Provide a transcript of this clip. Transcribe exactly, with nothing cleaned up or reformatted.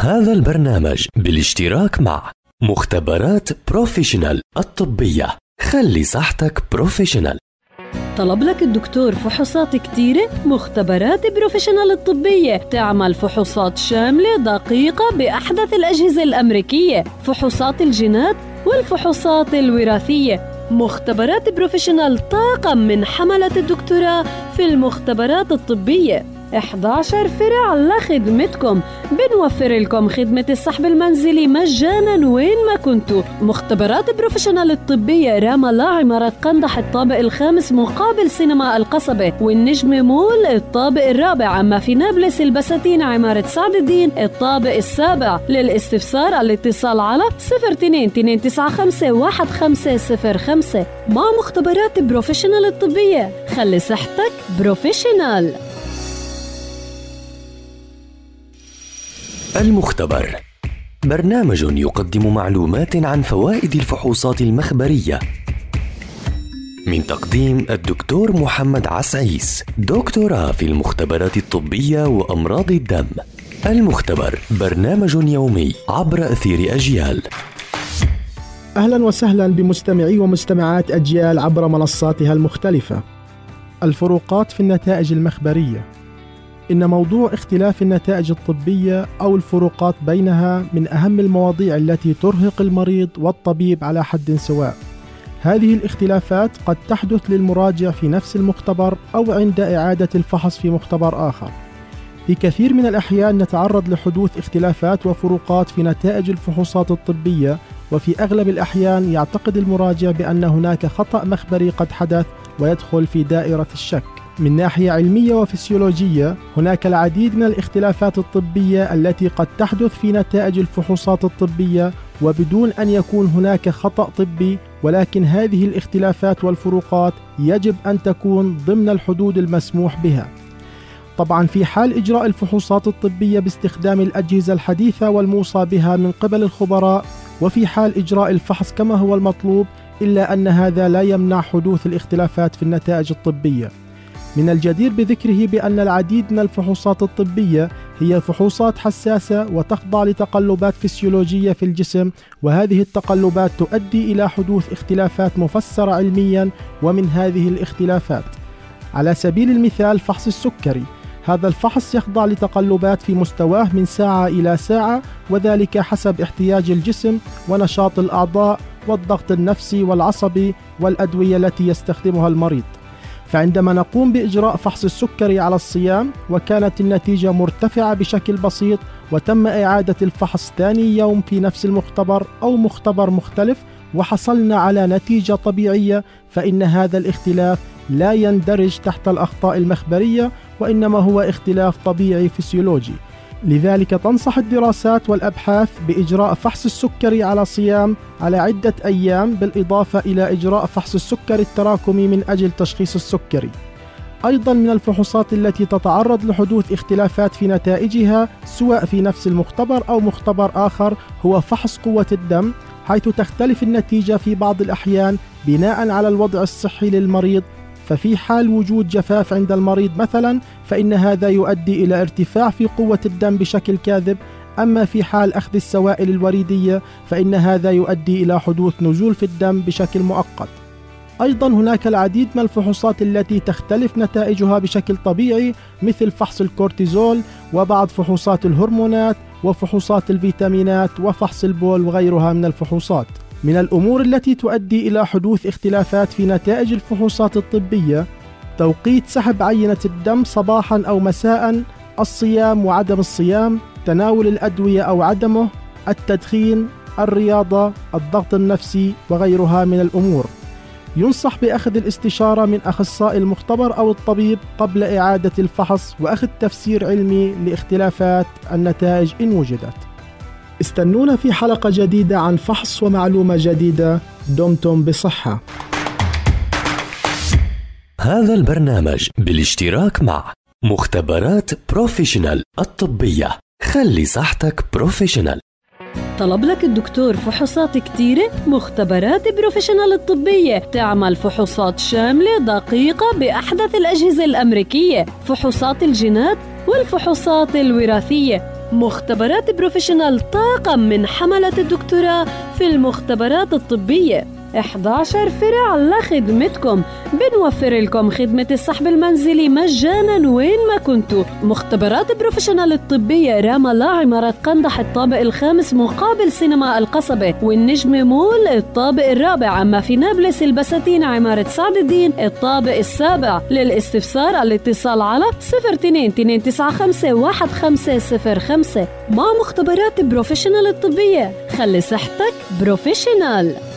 هذا البرنامج بالاشتراك مع مختبرات بروفيشنال الطبية. خلي صحتك بروفيشنال. طلب لك الدكتور فحوصات كتيرة؟ مختبرات بروفيشنال الطبية تعمل فحوصات شاملة دقيقة بأحدث الأجهزة الأمريكية، فحوصات الجينات والفحوصات الوراثية. مختبرات بروفيشنال طاقم من حملة الدكتوراه في المختبرات الطبية. إحدى عشر فرع لخدمتكم. بنوفر لكم خدمة السحب المنزلي مجانا وين ما كنتوا. مختبرات بروفيشنال الطبية رام الله، عمارة قندح الطابق الخامس مقابل سينما القصبة، والنجم مول الطابق الرابع. أما في نابلس البساتين عمارة سعد الدين الطابق السابع. للاستفسار الاتصال على صفر اثنين اثنين تسعة خمسة واحد خمسة صفر خمسة. مع مختبرات بروفيشنال الطبية خلي صحتك بروفيشنال. المختبر برنامج يقدم معلومات عن فوائد الفحوصات المخبرية من تقديم الدكتور محمد عسعيس، دكتوراه في المختبرات الطبية وأمراض الدم. المختبر برنامج يومي عبر أثير أجيال. أهلا وسهلا بمستمعي ومستمعات أجيال عبر منصاتها المختلفة. الفروقات في النتائج المخبرية. إن موضوع اختلاف النتائج الطبية أو الفروقات بينها من أهم المواضيع التي ترهق المريض والطبيب على حد سواء. هذه الاختلافات قد تحدث للمراجع في نفس المختبر أو عند إعادة الفحص في مختبر آخر. في كثير من الأحيان نتعرض لحدوث اختلافات وفروقات في نتائج الفحوصات الطبية، وفي أغلب الأحيان يعتقد المراجع بأن هناك خطأ مخبري قد حدث ويدخل في دائرة الشك. من ناحية علمية وفسيولوجية، هناك العديد من الاختلافات الطبية التي قد تحدث في نتائج الفحوصات الطبية وبدون أن يكون هناك خطأ طبي، ولكن هذه الاختلافات والفروقات يجب أن تكون ضمن الحدود المسموح بها. طبعا في حال إجراء الفحوصات الطبية باستخدام الأجهزة الحديثة والموصى بها من قبل الخبراء، وفي حال إجراء الفحص كما هو المطلوب، إلا أن هذا لا يمنع حدوث الاختلافات في النتائج الطبية. من الجدير بذكره بأن العديد من الفحوصات الطبية هي فحوصات حساسة وتخضع لتقلبات فسيولوجية في الجسم، وهذه التقلبات تؤدي إلى حدوث اختلافات مفسرة علميا. ومن هذه الاختلافات على سبيل المثال فحص السكري. هذا الفحص يخضع لتقلبات في مستواه من ساعة إلى ساعة، وذلك حسب احتياج الجسم ونشاط الأعضاء والضغط النفسي والعصبي والأدوية التي يستخدمها المريض. فعندما نقوم بإجراء فحص السكري على الصيام وكانت النتيجة مرتفعة بشكل بسيط وتم إعادة الفحص ثاني يوم في نفس المختبر أو مختبر مختلف وحصلنا على نتيجة طبيعية، فإن هذا الاختلاف لا يندرج تحت الأخطاء المخبرية، وإنما هو اختلاف طبيعي فسيولوجي. لذلك تنصح الدراسات والأبحاث بإجراء فحص السكري على صيام على عدة أيام، بالإضافة إلى إجراء فحص السكري التراكمي من أجل تشخيص السكري. أيضا من الفحوصات التي تتعرض لحدوث اختلافات في نتائجها سواء في نفس المختبر أو مختبر آخر هو فحص قوة الدم، حيث تختلف النتيجة في بعض الأحيان بناء على الوضع الصحي للمريض. ففي حال وجود جفاف عند المريض مثلا، فإن هذا يؤدي إلى ارتفاع في قوة الدم بشكل كاذب، أما في حال أخذ السوائل الوريدية فإن هذا يؤدي إلى حدوث نزول في الدم بشكل مؤقت. أيضا هناك العديد من الفحوصات التي تختلف نتائجها بشكل طبيعي، مثل فحص الكورتيزول وبعض فحوصات الهرمونات وفحوصات الفيتامينات وفحص البول وغيرها من الفحوصات. من الأمور التي تؤدي إلى حدوث اختلافات في نتائج الفحوصات الطبية توقيت سحب عينة الدم صباحا أو مساء، الصيام وعدم الصيام، تناول الأدوية أو عدمه، التدخين، الرياضة، الضغط النفسي وغيرها من الأمور. ينصح بأخذ الاستشارة من أخصائي المختبر أو الطبيب قبل إعادة الفحص وأخذ تفسير علمي لاختلافات النتائج إن وجدت. استنونا في حلقة جديدة عن فحص ومعلومة جديدة. دمتم بصحة. هذا البرنامج بالاشتراك مع مختبرات بروفيشنال الطبية. خلي صحتك بروفيشنال. طلب لك الدكتور فحوصات كتيرة؟ مختبرات بروفيشنال الطبية تعمل فحوصات شاملة دقيقة بأحدث الأجهزة الأمريكية، فحوصات الجينات والفحوصات الوراثية. مختبرات بروفيشنال طاقم من حملة الدكتوراه في المختبرات الطبية، إحدى عشر فرع لخدمتكم. بنوفر لكم خدمة السحب المنزلي مجانا وين ما كنتوا. مختبرات بروفيشنال الطبية راما لا، عمارة قندح الطابق الخامس مقابل سينما القصبة، والنجم مول الطابق الرابع. أما في نابلس البساتين عمارة سعد الدين الطابق السابع. للاستفسار الاتصال على صفر اثنين اثنين تسعة خمسة واحد خمسة صفر خمسة. مع مختبرات بروفيشنال الطبية، خلي صحتك بروفيشنال.